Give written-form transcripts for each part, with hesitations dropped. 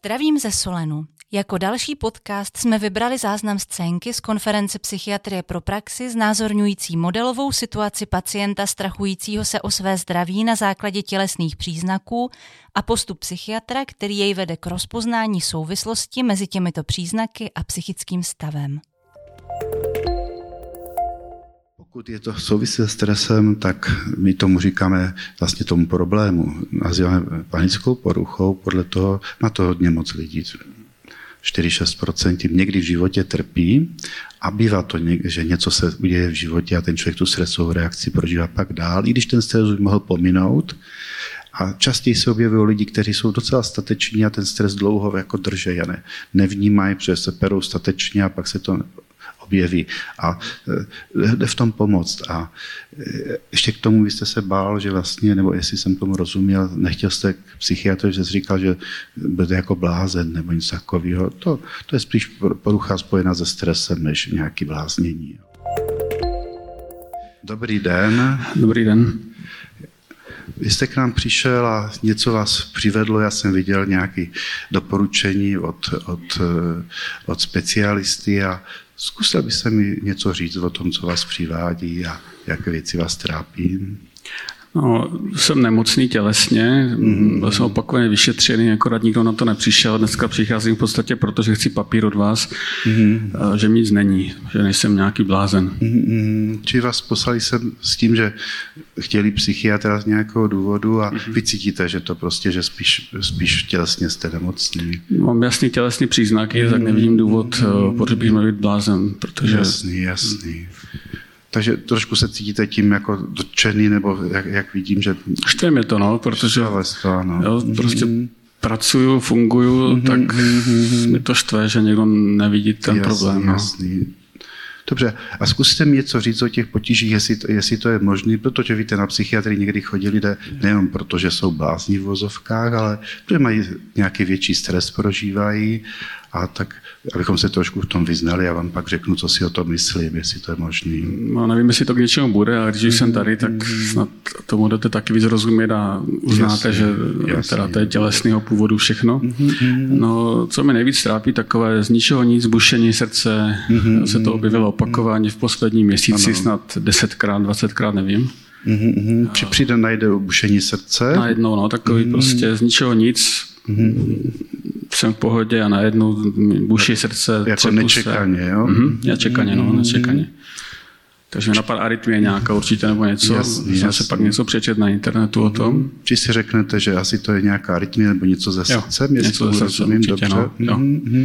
Zdravím ze Solenu. Jako další podcast jsme vybrali záznam scénky z konference Psychiatrie pro praxi znázorňující modelovou situaci pacienta strachujícího se o své zdraví na základě tělesných příznaků a postup psychiatra, který jej vede k rozpoznání souvislosti mezi těmito příznaky a psychickým stavem. Pokud je to souvisí se stresem, tak my tomu říkáme vlastně tomu problému. Nazýváme panickou poruchou, podle toho na to hodně moc lidí. 4-6% někdy v životě trpí a bývá to, že něco se uděje v životě a ten člověk tu stresovou reakci prožívá pak dál, i když ten stres už mohl pominout. A častěji se objevují lidi, kteří jsou docela stateční a ten stres dlouho jako drží a nevnímají, protože se perou statečně a pak se to objeví a jde v tom pomoct. A ještě k tomu, vy jste se bál, že vlastně, nebo jestli jsem tomu rozuměl, nechtěl jste k psychiatrovi, že jsi říkal, že bude jako blázen nebo něco takového. To je spíš porucha spojená se stresem, než nějaký bláznění. Dobrý den. Dobrý den. Vy jste k nám přišel a něco vás přivedlo, já jsem viděl nějaké doporučení od specialisty a zkusil byste mi něco říct o tom, co vás přivádí a jaké věci vás trápí. No, jsem nemocný tělesně, byl jsem opakovaně vyšetřený, akorát nikdo na to nepřišel. Dneska přicházím v podstatě proto, že chci papír od vás, že mi nic není, že nejsem nějaký blázen. Či vás poslali sem s tím, že chtěli psychiatra z nějakého důvodu a vy cítíte, že to prostě, že spíš tělesně jste nemocný. Mám jasný tělesný příznaky, tak nevidím důvod, proč bych měl být blázen, protože... Jasný. Takže trošku se cítíte tím jako dotčený, nebo jak vidím, že... Štve mě to, no, protože jo, prostě pracuju, funguju, tak mi to štve, že někdo nevidí ten problém. Jasný. Dobře, a zkuste mi něco říct o těch potížích, jestli to je možné, protože víte, na psychiatrii někdy chodili lidé nejen proto, že jsou blázni v vozovkách, ale protože mají nějaký větší stres, prožívají a tak, abychom se trošku v tom vyznali, já vám pak řeknu, co si o tom myslím, jestli to je možný. No, nevím, jestli to k něčemu bude, ale když jsem tady, tak snad tomu jdete taky víc rozumět a uznáte, že teda to je tělesného původu všechno. No, co mi nejvíc trápí, takové z ničeho nic bušení srdce, se to objevilo opakovaně v posledním měsíci, snad 10krát, 20krát, nevím. Přijde najde bušení srdce? Najednou, no, takový prostě z ničeho nic. Jsem v pohodě a najednou buší srdce. Jako nečekaně, jo? Nečekaně. Takže mi napadá arytmie nějaká určitě nebo něco. Jasný. Se pak něco přečet na internetu o tom. Či si řeknete, že asi to je nějaká arytmie nebo něco ze srdcem? Něco ze srdcem, určitě, dobře. No.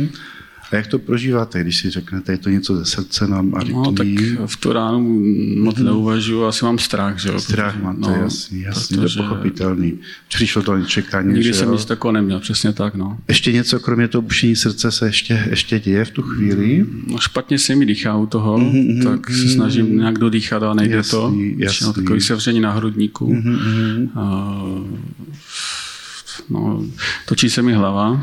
A jak to prožíváte, když si řeknete, je to něco ze srdce, mám arytmii? No, tak v tu ránu moc neuvažuji, asi mám strach, že jo? Strach máte, jasný, to je pochopitelný. Přišlo to nečekaně, nikdy jsem nic takového neměl, přesně tak, no. Ještě něco, kromě toho bušení srdce, se ještě děje v tu chvíli? No, špatně se mi dýchá u toho, tak se snažím nějak dodýchat, ale nejde to. Jasný. Takový sevření na hrudníku. No, točí se mi hlava.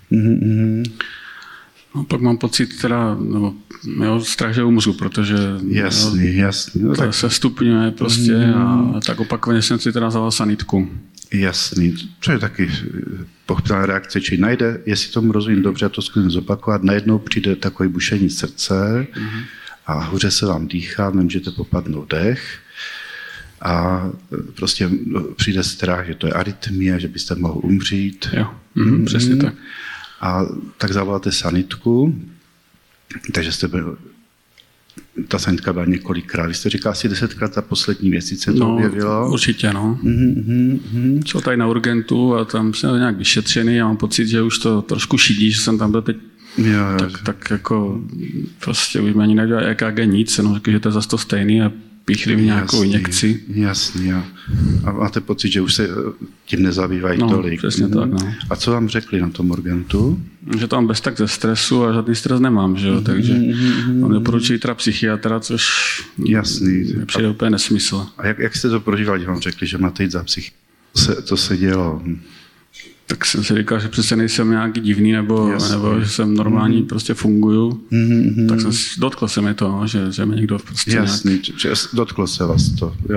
No, pak mám pocit strach, že umřu, protože jasný. No, to se stupňuje prostě a tak opakovaně jsem si teda vzal sanitku. Jasný, to je taky pochopitelná reakce, či najde, jestli tomu rozumím dobře, to zkusím zopakovat, najednou přijde takové bušení srdce a hůře se vám dýchá, nemůžete popadnout dech a prostě přijde strach, že to je arytmie, že byste mohl umřít. Jo, přesně tak. A tak zavoláte sanitku, takže ta sanitka byla několikrát. Vy jste říkal asi 10krát za poslední měsíc se to objevilo? Určitě, no. Jsou tady na urgentu a tam jsem nějak vyšetřený a mám pocit, že už to trošku šidí, že jsem tam byl teď tak jako prostě už mi ani nedělá EKG nic, jenom řekl, že to je zase to stejný a píchli mi nějakou injekci. Jasný. A máte pocit, že už se tím nezabývají tolik. Přesně tak, no. A co vám řekli na tom urgentu? Že tam bez tak ze stresu a žádný stres nemám, že jo, takže on doporučují teda psychiatra, což přijde úplně nesmysl. A jak jste to prožívali, když vám řekli, že máte jít za to se dělo? Tak jsem si říkal, že přece nejsem nějaký divný, nebo že jsem normální, prostě funguju. Tak dotklo se mi to, že mi někdo prostě dotklo se vás to, jo.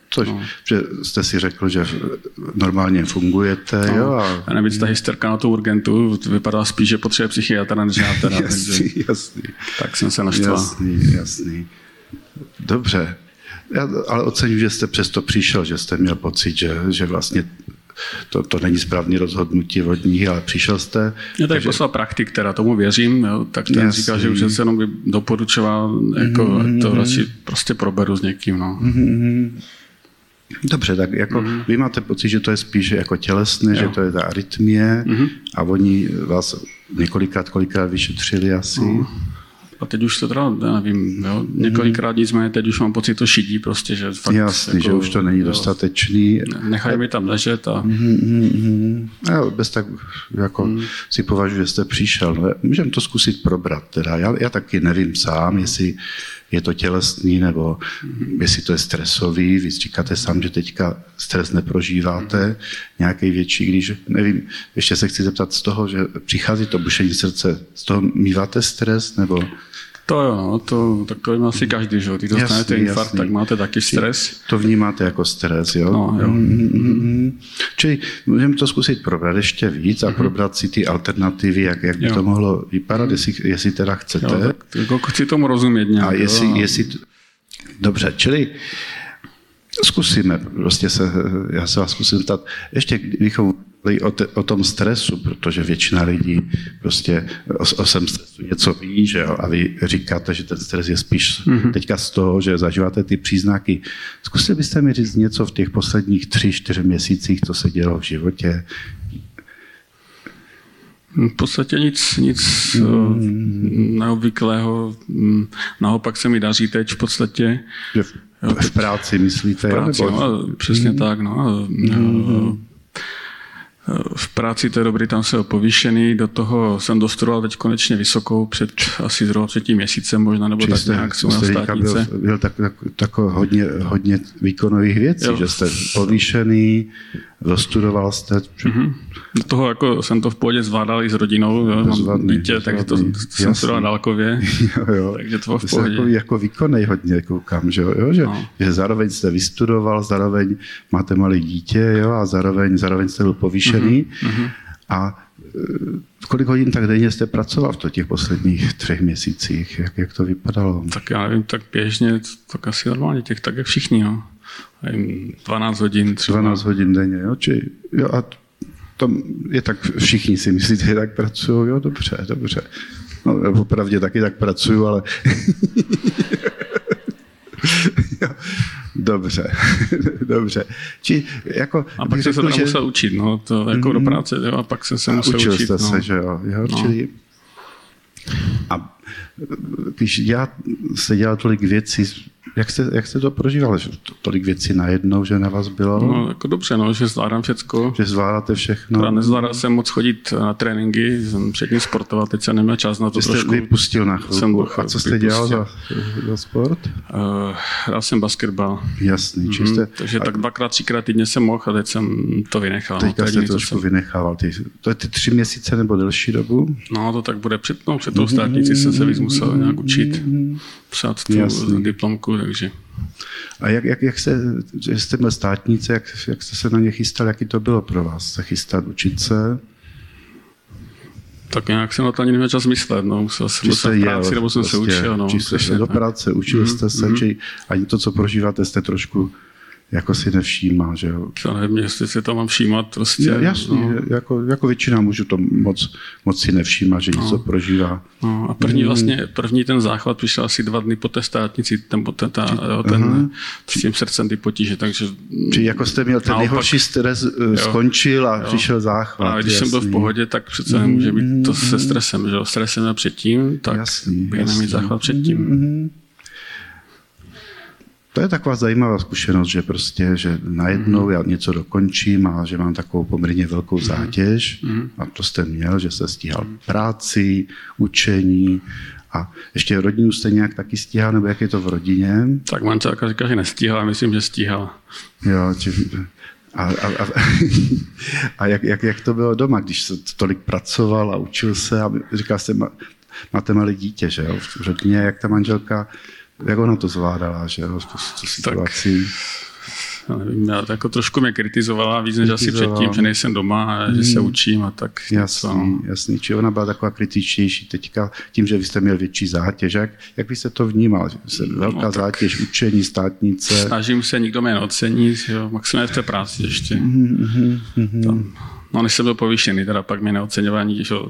Což, že jste si řekl, že normálně fungujete. No, jo, a navíc ta hysterka na tu urgentu vypadá spíš, že potřebuje psychiatra než žátera. Jasný. Tak jsem se naštval. Jasný. Dobře. Já ale oceňuji, že jste přesto přišel, že jste měl pocit, že vlastně to není správný rozhodnutí od nich, ale přišel jste. Mě tady poslal praktik, která tomu věřím, jo, tak ten říkal, že už se jenom by doporučoval, jako to radši prostě proberu s někým. No. Dobře, tak jako vy máte pocit, že to je spíš jako tělesné, že to je ta arytmie a oni vás kolikrát vyšetřili asi. A teď už to teda, nevím, jo, několikrát nicméně, teď už mám pocit, to šidí prostě, že fakt... Jasný, jako, že už to není dostatečný. Nechají mi tam ležet a... Já bez tak jako si považuji, že jste přišel. No, můžeme to zkusit probrat teda. Já taky nevím sám, jestli je to tělesný, nebo jestli to je stresový. Vy říkáte sám, že teďka stres neprožíváte, nějaký větší, když, nevím, ještě se chci zeptat z toho, že přichází to bušení srdce, z toho míváte stres, nebo... To jo, tak to má asi každý, že? Když dostanete infarkt, tak máte taky stres. To vnímáte jako stres, jo? No, jo. Čili můžeme to zkusit probrat ještě víc a probrat si ty alternativy, jak by to mohlo vypadat, jestli teda chcete. Jo, tak jako chci tomu rozumět nějak. A jestli dobře, čili zkusíme, prostě já se vás zkusím ptat, ještě kdybychom o tom stresu, protože většina lidí prostě o svém stresu něco ví, že jo, a vy říkáte, že ten stres je spíš teďka z toho, že zažíváte ty příznaky. Zkusili byste mi říct něco v těch posledních 3-4 měsících, co se dělo v životě? V podstatě nic neobvyklého. Naopak se mi daří teď v podstatě. V práci myslíte? V práci, přesně tak. No. V práci to je dobrý, tam jsem povýšený, do toho jsem dostudoval teď konečně vysokou před asi zhruba 3 měsícem, možná, nebo tak nějak jsou na státnice. Byl tak hodně výkonových věcí, že jste povýšený, dostudoval jste. Do toho jako jsem to v pohodě zvládal i s rodinou, mám dítě, takže to jsem studoval dálkově, takže to bylo v pohodě. Jako výkonnej hodně koukám, že že zároveň jste vystudoval, zároveň máte malé dítě, jo, a zároveň jste byl povýšený. A kolik hodin tak denně jste pracoval v těch posledních 3 měsících? Jak to vypadalo? Tak já nevím, tak běžně, tak asi normálně tak jak všichni, no. 12 hodin třeba. 12 hodin denně, jo? A to je tak, všichni si myslíte, že tak pracují, jo? Dobře. No, já opravdu taky tak pracuju, ale... Dobře. A pak jsem se teda musel učit, no, to jako do práce, jo, a pak jsem se musel učit. Učil jste se, že jo, čili... A když jste dělal tolik věcí, jak jste to prožíval, že tolik věcí najednou, že na vás bylo? No, jako dobře, no, že zvládám všecko. Že zvládáte všechno. Teda nezvládal jsem moc chodit na tréninky, jsem předtím sportoval, teď jsem neměl čas na to trošku. Jste vypustil na chvilku. A co jste dělal za sport? Hrál jsem basketbal. Jasný. Takže tak 2x, 3x týdně jsem mohl a teď jsem to vynechal. Teďka jste trošku vynechával. To je ty 3 měsíce nebo delší dobu? No, to tak bude před tou státnicí jsem se víc musel nějak učit. Psát tu diplomku, takže... A jak jste měl státnice, jak jste se na ně chystal, jaký to bylo pro vás? Se chystat, učit se? Tak nějak jsem na to ani neměl čas myslet, no. Musel jsem v práci, nebo jsem se učil, no. Jste do práce, učil jste se, či ani to, co prožíváte, jste trošku jako si nevšímá, že jo? Já nevím, jestli si to mám všímat prostě. Jasně, no. jako většina můžu to moc si nevšímat, že něco prožívá. No, a první ten záchvat přišel asi 2 dny po té státnici, s tím srdcem ty potíže, takže... Či jako jste měl ten nejhorší stres, skončil a přišel záchvat. A když jsem byl v pohodě, tak přece nemůže být to se stresem, že jo? Stresem je předtím, tak bych nemít záchvat předtím. To je taková zajímavá zkušenost, že prostě, že najednou já něco dokončím a že mám takovou poměrně velkou zátěž a to jste měl, že jste stíhal práci, učení a ještě rodinu jste nějak taky stíhal, nebo jak je to v rodině? Tak manželka říká, že nestíhala, myslím, že stíhala. Jo, a jak to bylo doma, když jste tolik pracoval a učil se a říkal jste, máte malé dítě, že jo, v rodině, jak ta manželka... Jak ona to zvládala, že jo, tu situaci? nevím, já jako trošku mě kritizovala víc než asi předtím, že nejsem doma a že se učím a tak. Jasný. Či ona byla taková kritičtější teďka tím, že vy jste měl větší zátěž. Jak vy jste to vnímal? Velká zátěž, učení, státnice. Snažím se, nikdo mě neocení, maximálně v té práci ještě. No, než jsem byl povýšený, teda pak mě neoceňování, že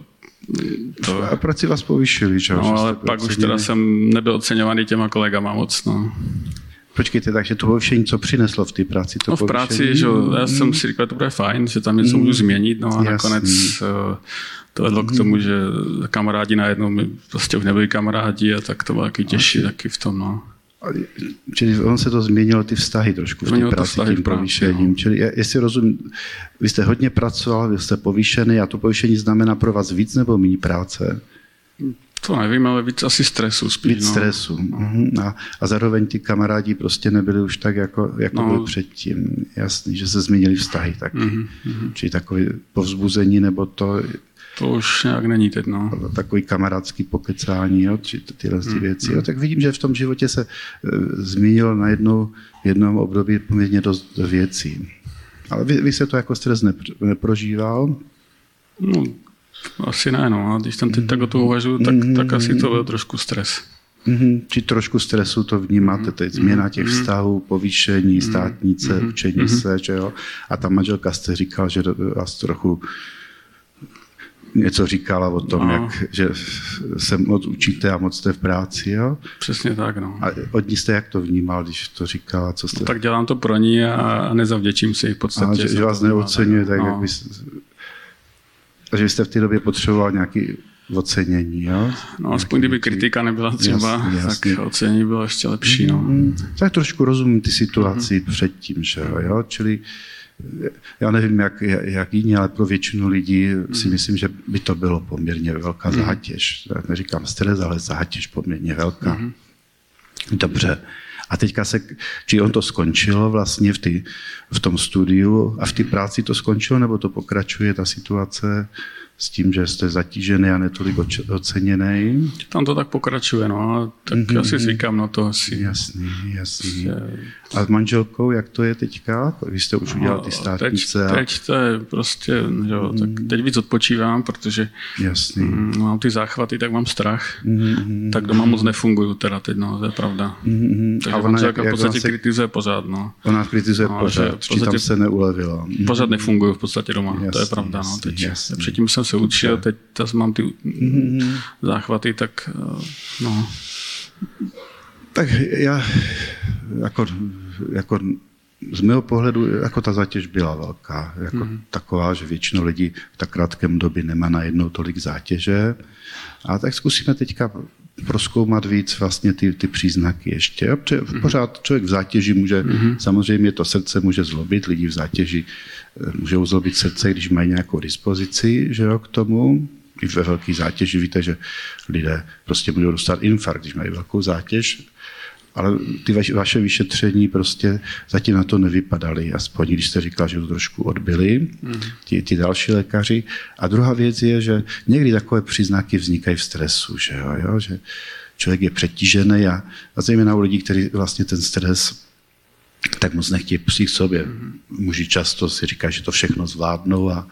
A proč si vás povýšili? Že? No, ale pak už teda jsem nebyl oceňovaný těma kolegama moc, no. Počkejte, takže to povýšení, co přineslo v té práci? V práci, že já jsem si říkal, to bude fajn, že tam něco můžu změnit, no a nakonec to vedlo k tomu, že kamarádi najednou mi prostě už nebyli kamarádi a tak to bylo taky těžší taky v tom, no. Čili on se to změnilo ty vztahy trošku v té práci tím povýšením. Čili jestli rozumím, vy jste hodně pracoval, vy jste povýšený a to povýšení znamená pro vás víc nebo méně práce? To nevím, ale víc asi stresu spíš. Víc stresu. A zároveň ty kamarádi prostě nebyli už tak, jako byli předtím. Jasný, že se změnili vztahy taky. Čili takové povzbuzení nebo to... To už nějak není teď, no. Takový kamarádský pokecání, jo, či tyhle věci. Jo. Tak vidím, že v tom životě se změnilo najednou v jednom období poměrně dost věcí. Ale vy se to jako stres neprožíval? No, asi ne, no. A když tam teď tak o to uvažuji, tak asi to byl trošku stres. Či trošku stresu to vnímáte, teď změna těch vztahů, povýšení, státnice, učení se, že jo. A ta manželka jste říkal, že vás trochu něco říkala o tom, že se moc učíte a moc jste v práci, jo? Přesně tak, no. A od ní jste jak to vnímal, když to říkala? Co jste... No, tak dělám to pro ní a nezavděčím si v podstatě. Že vás neocenuje, tak jak takže vy jste v té době potřeboval nějaké ocenění, jo? No, aspoň kdyby kritika nebyla třeba, jasně. Tak ocenění bylo ještě lepší, no. Tak trošku rozumím ty situaci předtím, že jo? Čili já nevím, jak jiní, ale pro většinu lidí si myslím, že by to bylo poměrně velká zátěž. Já neříkám stres, ale zátěž poměrně velká. Dobře. A teďka či on to skončilo vlastně v tom studiu a v té práci to skončilo, nebo to pokračuje ta situace s tím, že jste zatížený a netolik oceněný? Tam to tak pokračuje, no. Tak asi zvykám na to asi. Jasný. A s manželkou, jak to je teďka? Vy jste už udělal ty státnice. Teď to je prostě, jo, tak teď víc odpočívám, protože mám ty záchvaty, tak mám strach. Tak doma moc nefunguju teda teď, no, to je pravda. Takže manželka v podstatě kritizuje pořád, no. Ona kritizuje pořád, či tam se neulevila. Pořád nefunguju v podstatě doma, to je pravda, no, teď. Předtím jsem se učil, teď mám ty záchvaty, tak no. Tak já jako z mého pohledu jako ta zátěž byla velká. Jako taková, že většinou lidí v tak krátkém době nemá najednou tolik zátěže. A tak zkusíme teďka prozkoumat víc vlastně ty příznaky ještě. Pořád člověk v zátěži může, samozřejmě to srdce může zlobit, lidi v zátěži můžou zlobit srdce, když mají nějakou dispozici, že jo, k tomu. I ve velké zátěži víte, že lidé prostě můžou dostat infarkt, když mají velkou zátěž, ale ty vaše vyšetření prostě zatím na to nevypadaly, aspoň když jste říkal, že to trošku odbyli ti další lékaři. A druhá věc je, že někdy takové příznaky vznikají v stresu, že jo, že člověk je přetížený a zejména u lidí, kteří vlastně ten stres tak moc nechtějí přijít k sobě. Muži často si říkají, že to všechno zvládnou a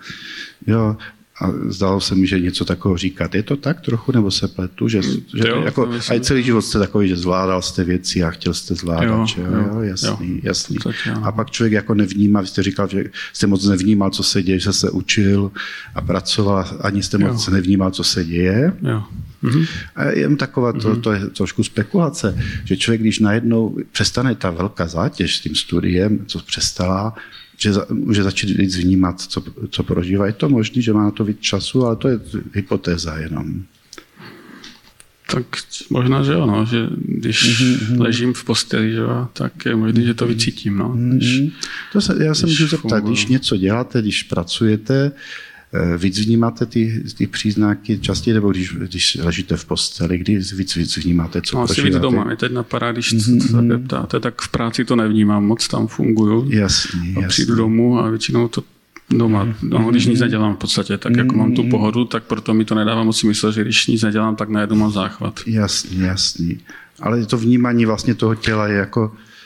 zdálo se mi, že něco takového říkat. Je to tak trochu, nebo se pletu? Že jako, a celý život jste takový, že zvládal jste věci a chtěl jste zvládat. Jo, jasný. A pak člověk jako nevnímá, vy jste říkal, že jste moc nevnímal, co se děje, že se učil a pracoval, ani jste moc nevnímal, co se děje. A jen taková, to je trošku spekulace, že člověk, když najednou přestane ta velká zátěž s tím studiem, co přestala, že může začít víc vnímat, co prožívá. Je to možné, že má na to víc času, ale to je hypotéza jenom. Tak možná, že jo, no, že když ležím v posteli, že jo, tak je možné, že to vycítím. No, já se můžu zeptat, když něco děláte, když pracujete, víc vnímáte ty příznaky častěji, nebo když ležíte v posteli, kdy víc vnímáte, co prožíváte? Asi víc doma. Mě teď napadá, když se takhle ptáte, tak v práci to nevnímám moc, tam funguju. Jasný. Přijdu domů a většinou to doma. No, když nic nedělám v podstatě, tak jako mám tu pohodu, tak proto mi to nedává moc smysl, že když nic nedělám, tak najednou mám záchvat. Jasný. Ale to vnímání vlastně toho těla je jako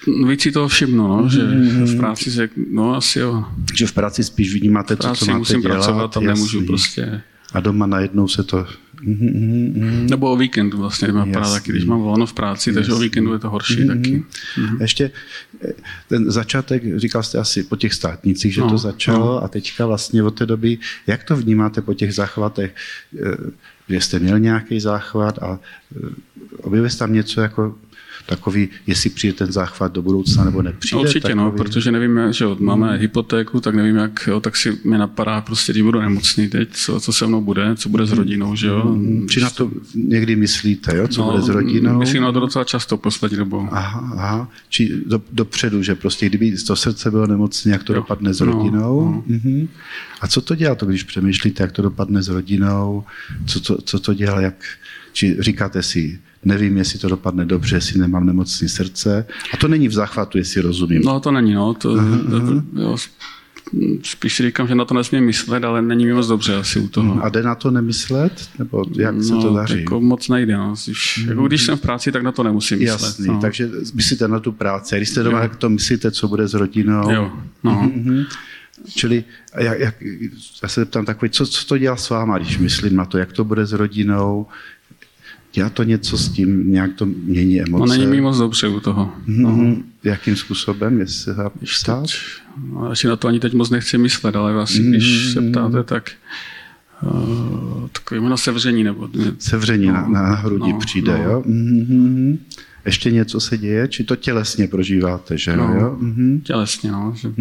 víc si toho všimnu, no, že v práci se, no asi jo. Že v práci spíš vnímáte to, co máte musím dělat. Pracovat, tam nemůžu prostě. A doma najednou se to... Nebo o víkendu vlastně, taky, když mám volno v práci, takže o víkendu je to horší taky. Ještě ten začátek, říkal jste asi po těch státnicích, že to začalo a teďka vlastně od té doby, jak to vnímáte po těch záchvatech, že jste měl nějaký záchvat a objevil jste tam něco jako takový, jestli přijde ten záchvat do budoucna nebo nepřijde? Určitě, takový... no, protože nevím, že máme hypotéku, tak nevím, jak, jo, tak si mě napadá prostě, když budu nemocný teď, co se mnou bude, co bude s rodinou, že jo. Či na to někdy myslíte, jo, co bude s rodinou? Myslím na to docela často poslední dobou. Aha. Či dopředu, že prostě kdyby to srdce bylo nemocné, jak to dopadne s rodinou? A co to dělá to, když přemýšlíte, jak to dopadne s rodinou? Co to dělá, jak... Či říkáte si, nevím, jestli to dopadne dobře, jestli nemám nemocné srdce. A to není v záchvatu, jestli rozumím. No to není, no. Jo, spíš si říkám, že na to nesmím myslet, ale není mi moc dobře asi u toho. A jde na to nemyslet? Nebo jak se to daří? Jako moc nejde. No. Jako když jsem v práci, tak na to nemusím myslet. Jasný, no. Takže myslíte na tu práci. A když jste doma, jak to myslíte, co bude s rodinou? Jo, no. Čili já se ptám takový, co to dělá s váma, když myslím na to, jak to bude s rodinou? Dělá to něco s tím, nějak to mění emoce? No není mi moc dobře u toho. Jakým způsobem, jestli se dá ptát? Asi na to ani teď moc nechci myslet, ale vlastně, když se ptáte, tak takové jméno sevření. Nebo sevření na hrudi přijde, jo? Ještě něco se děje? Či to tělesně prožíváte, že jo? Tělesně, no. Že,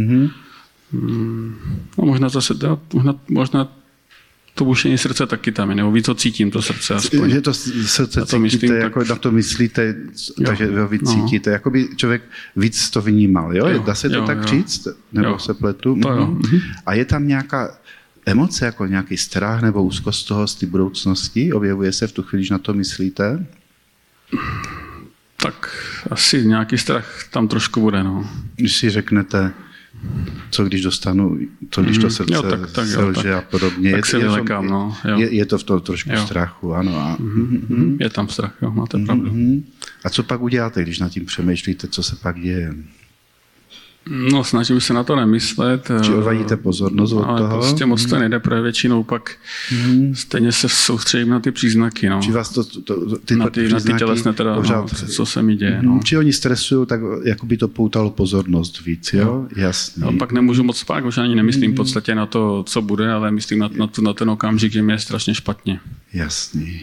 no možná zase, možná to bušení srdce taky tam je, nebo víc to cítím, to srdce aspoň. Že to srdce cítíte, myslím, jako na to myslíte, takže vy cítíte, jako by člověk víc to vnímal, jo? Dá se to tak říct? Nebo se pletu? To jo. A je tam nějaká emoce, jako nějaký strach nebo úzkost toho z té budoucnosti? Objevuje se v tu chvíli, když na to myslíte? Tak asi nějaký strach tam trošku bude, no. Když si řeknete, co když dostanu, co když to srdce selže a podobně. Tak se vylekám, no. Je to v tom trošku strachu, ano. Je tam strach, jo, máte pravdu. A co pak uděláte, když nad tím přemýšlíte, co se pak děje? No, snažím se na to nemyslet. Či odvadíte pozornost od ale toho? Ale prostě moc to nejde, protože většinou pak stejně se soustředím na ty příznaky. No. Či vás na ty tělesné teda, pořád, co se mi děje. No. Či oni stresují, tak jako by to poutalo pozornost víc, jo? Jasný. No, pak nemůžu moc spát, už ani nemyslím v podstatě na to, co bude, ale myslím na ten okamžik, že mi je strašně špatně. Jasný.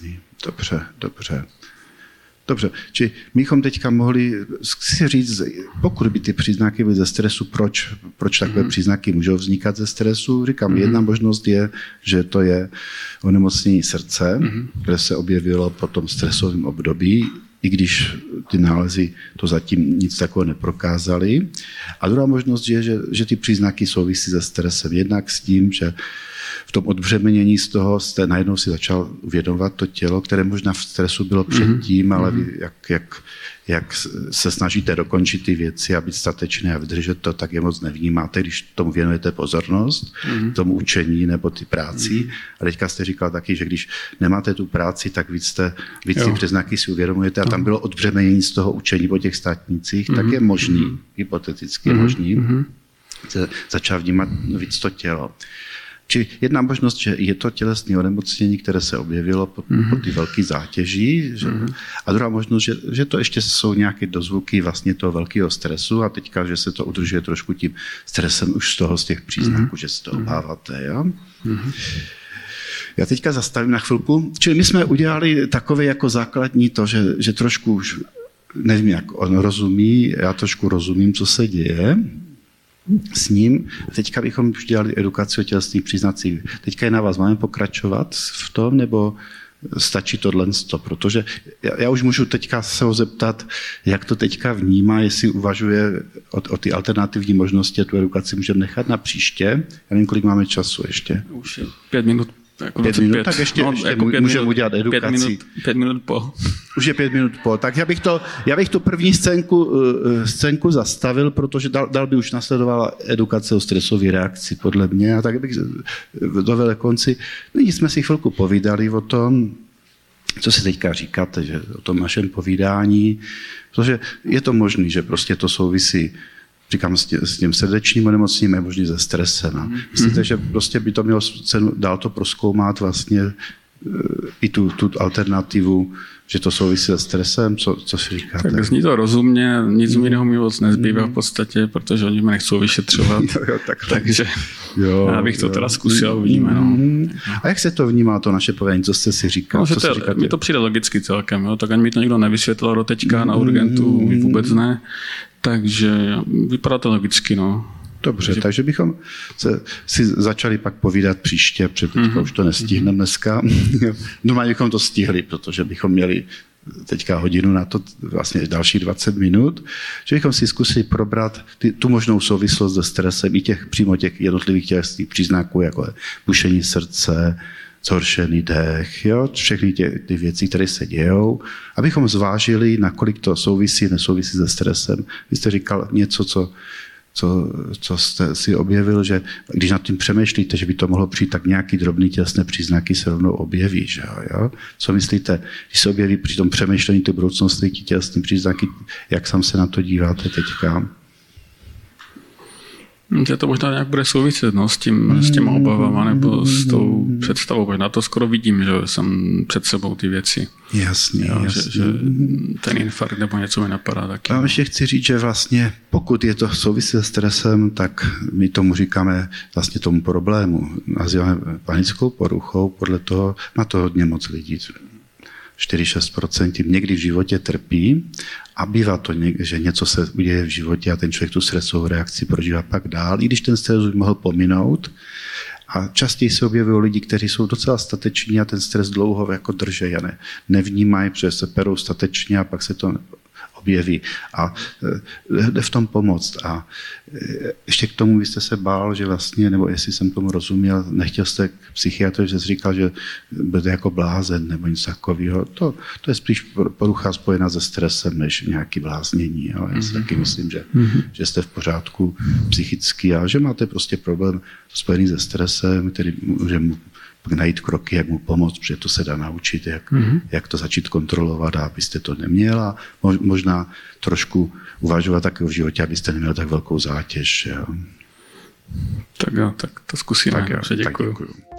Dobře, či my bychom teďka mohli si říct, pokud by ty příznaky byly ze stresu, proč takové příznaky můžou vznikat ze stresu? Říkám, jedna možnost je, že to je onemocnění srdce, které se objevilo po tom stresovém období, i když ty nálezy to zatím nic takového neprokázaly. A druhá možnost je, že ty příznaky souvisí se stresem. Jednak s tím, že v tom odbřemenění z toho jste najednou si začal uvědomovat to tělo, které možná v stresu bylo předtím, ale vy, jak se snažíte dokončit ty věci a být statečné a vydržet to, tak je moc nevnímáte, když tomu věnujete pozornost, tomu učení nebo ty práci. A teďka jste říkal taky, že když nemáte tu práci, tak víc ty příznaky si uvědomujete a tam bylo odbřemenění z toho učení po těch státnicích, tak je možný, hypoteticky je možný, začal vnímat víc to tělo. Či jedna možnost, že je to tělesné onemocnění, které se objevilo po ty velké zátěží. A druhá možnost, že to ještě jsou nějaké dozvuky vlastně toho velkého stresu a teďka, že se to udržuje trošku tím stresem už z těch příznaků, že se to obáváte. Jo? Já teďka zastavím na chvilku. Čili my jsme udělali takové jako základní to, že trošku už nevím, jak on rozumí, já trošku rozumím, co se děje s ním. Teďka bychom už dělali edukaci o tělesných příznacích. Teďka je na vás, máme pokračovat v tom, nebo stačí tohle? Protože já už můžu teďka se ho zeptat, jak to teďka vnímá, jestli uvažuje o ty alternativní možnosti a tu edukaci můžeme nechat na příště. Já nevím, kolik máme času ještě. Už je 5 minut. Jako 5 minut, tak ještě můžeme udělat edukaci. 5 minut po. Už je 5 minut po. Tak já bych tu první scénku zastavil, protože dál by už nasledovala edukace o stresové reakci, podle mě. A tak bych dovedl konci. Nyní jsme si chvilku povídali o tom, co si teďka říkáte, že o tom našem povídání, protože je to možné, že prostě to souvisí, říkám, s tím srdečním onemocněním, je možný se stresem. Myslíte, že prostě by to mělo cenu dál to prozkoumat vlastně i tu alternativu, že to souvisí se stresem? Co si říkáte? Tak zní to rozumně, nic jiného mi moc nezbývá v podstatě, protože oni mě nechcou vyšetřovat. Takže já bych to teda zkusil, uvidíme. No. A jak se to vnímá, to naše povědění? Co jste si říkal? No, mi to přijde logicky celkem, jo? Tak ani mi to nikdo nevysvětlil do teďka na urgentu, vůbec ne. Takže vypadá to logicky, no. Dobře, takže bychom si začali pak povídat příště, protože teďka už to nestihneme dneska. Normálně bychom to stihli, protože bychom měli teďka hodinu na to, vlastně další 20 minut, že bychom si zkusili probrat tu možnou souvislost se stresem i přímo těch jednotlivých tělesných příznaků, jako je bušení srdce, zhoršený dech, jo? Všechny ty věci, které se dějou, abychom zvážili, nakolik to souvisí, nesouvisí se stresem. Vy jste říkal něco, co jste si objevil, že když nad tím přemýšlíte, že by to mohlo přijít, tak nějaký drobný tělesné příznaky se rovnou objeví. Že jo? Co myslíte, když se objeví při tom přemýšlení ty budoucnosti, ty tělesné příznaky, jak sám se na to díváte teďka? Že to možná nějak bude souviset, no, s těma obavama nebo s tou představou. Možná to skoro vidím, že jsem před sebou ty věci. Jasně. Že ten infarkt nebo něco mi napadá taky. Já ještě chci říct, že vlastně pokud je to souvisí se stresem, tak my tomu říkáme vlastně tomu problému. Nazýváme panickou poruchou, podle toho má to hodně moc lidí. 4-6% někdy v životě trpí a bývá to, že něco se uděje v životě a ten člověk tu stresovou reakci prožívá pak dál, i když ten stres už mohl pominout. A častěji se objevují lidi, kteří jsou docela stateční a ten stres dlouho jako drží a nevnímají, protože se perou statečně a pak se to objeví a jde v tom pomoct. A ještě k tomu byste se bál, že vlastně, nebo jestli jsem tomu rozuměl, nechtěl jste k psychiatrovi, že jsi říkal, že bude jako blázen nebo něco takového. To je spíš porucha spojená se stresem, než nějaký bláznění. Jo. Já si taky myslím, že jste v pořádku psychicky a že máte prostě problém spojený se stresem, který může pak najít kroky, jak mu pomoct, protože to se dá naučit, jak to začít kontrolovat, abyste to neměl a možná trošku uvažovat také v životě, abyste neměl tak velkou zátěž. Jo. Tak jo, tak to zkusíme. Tak děkuju.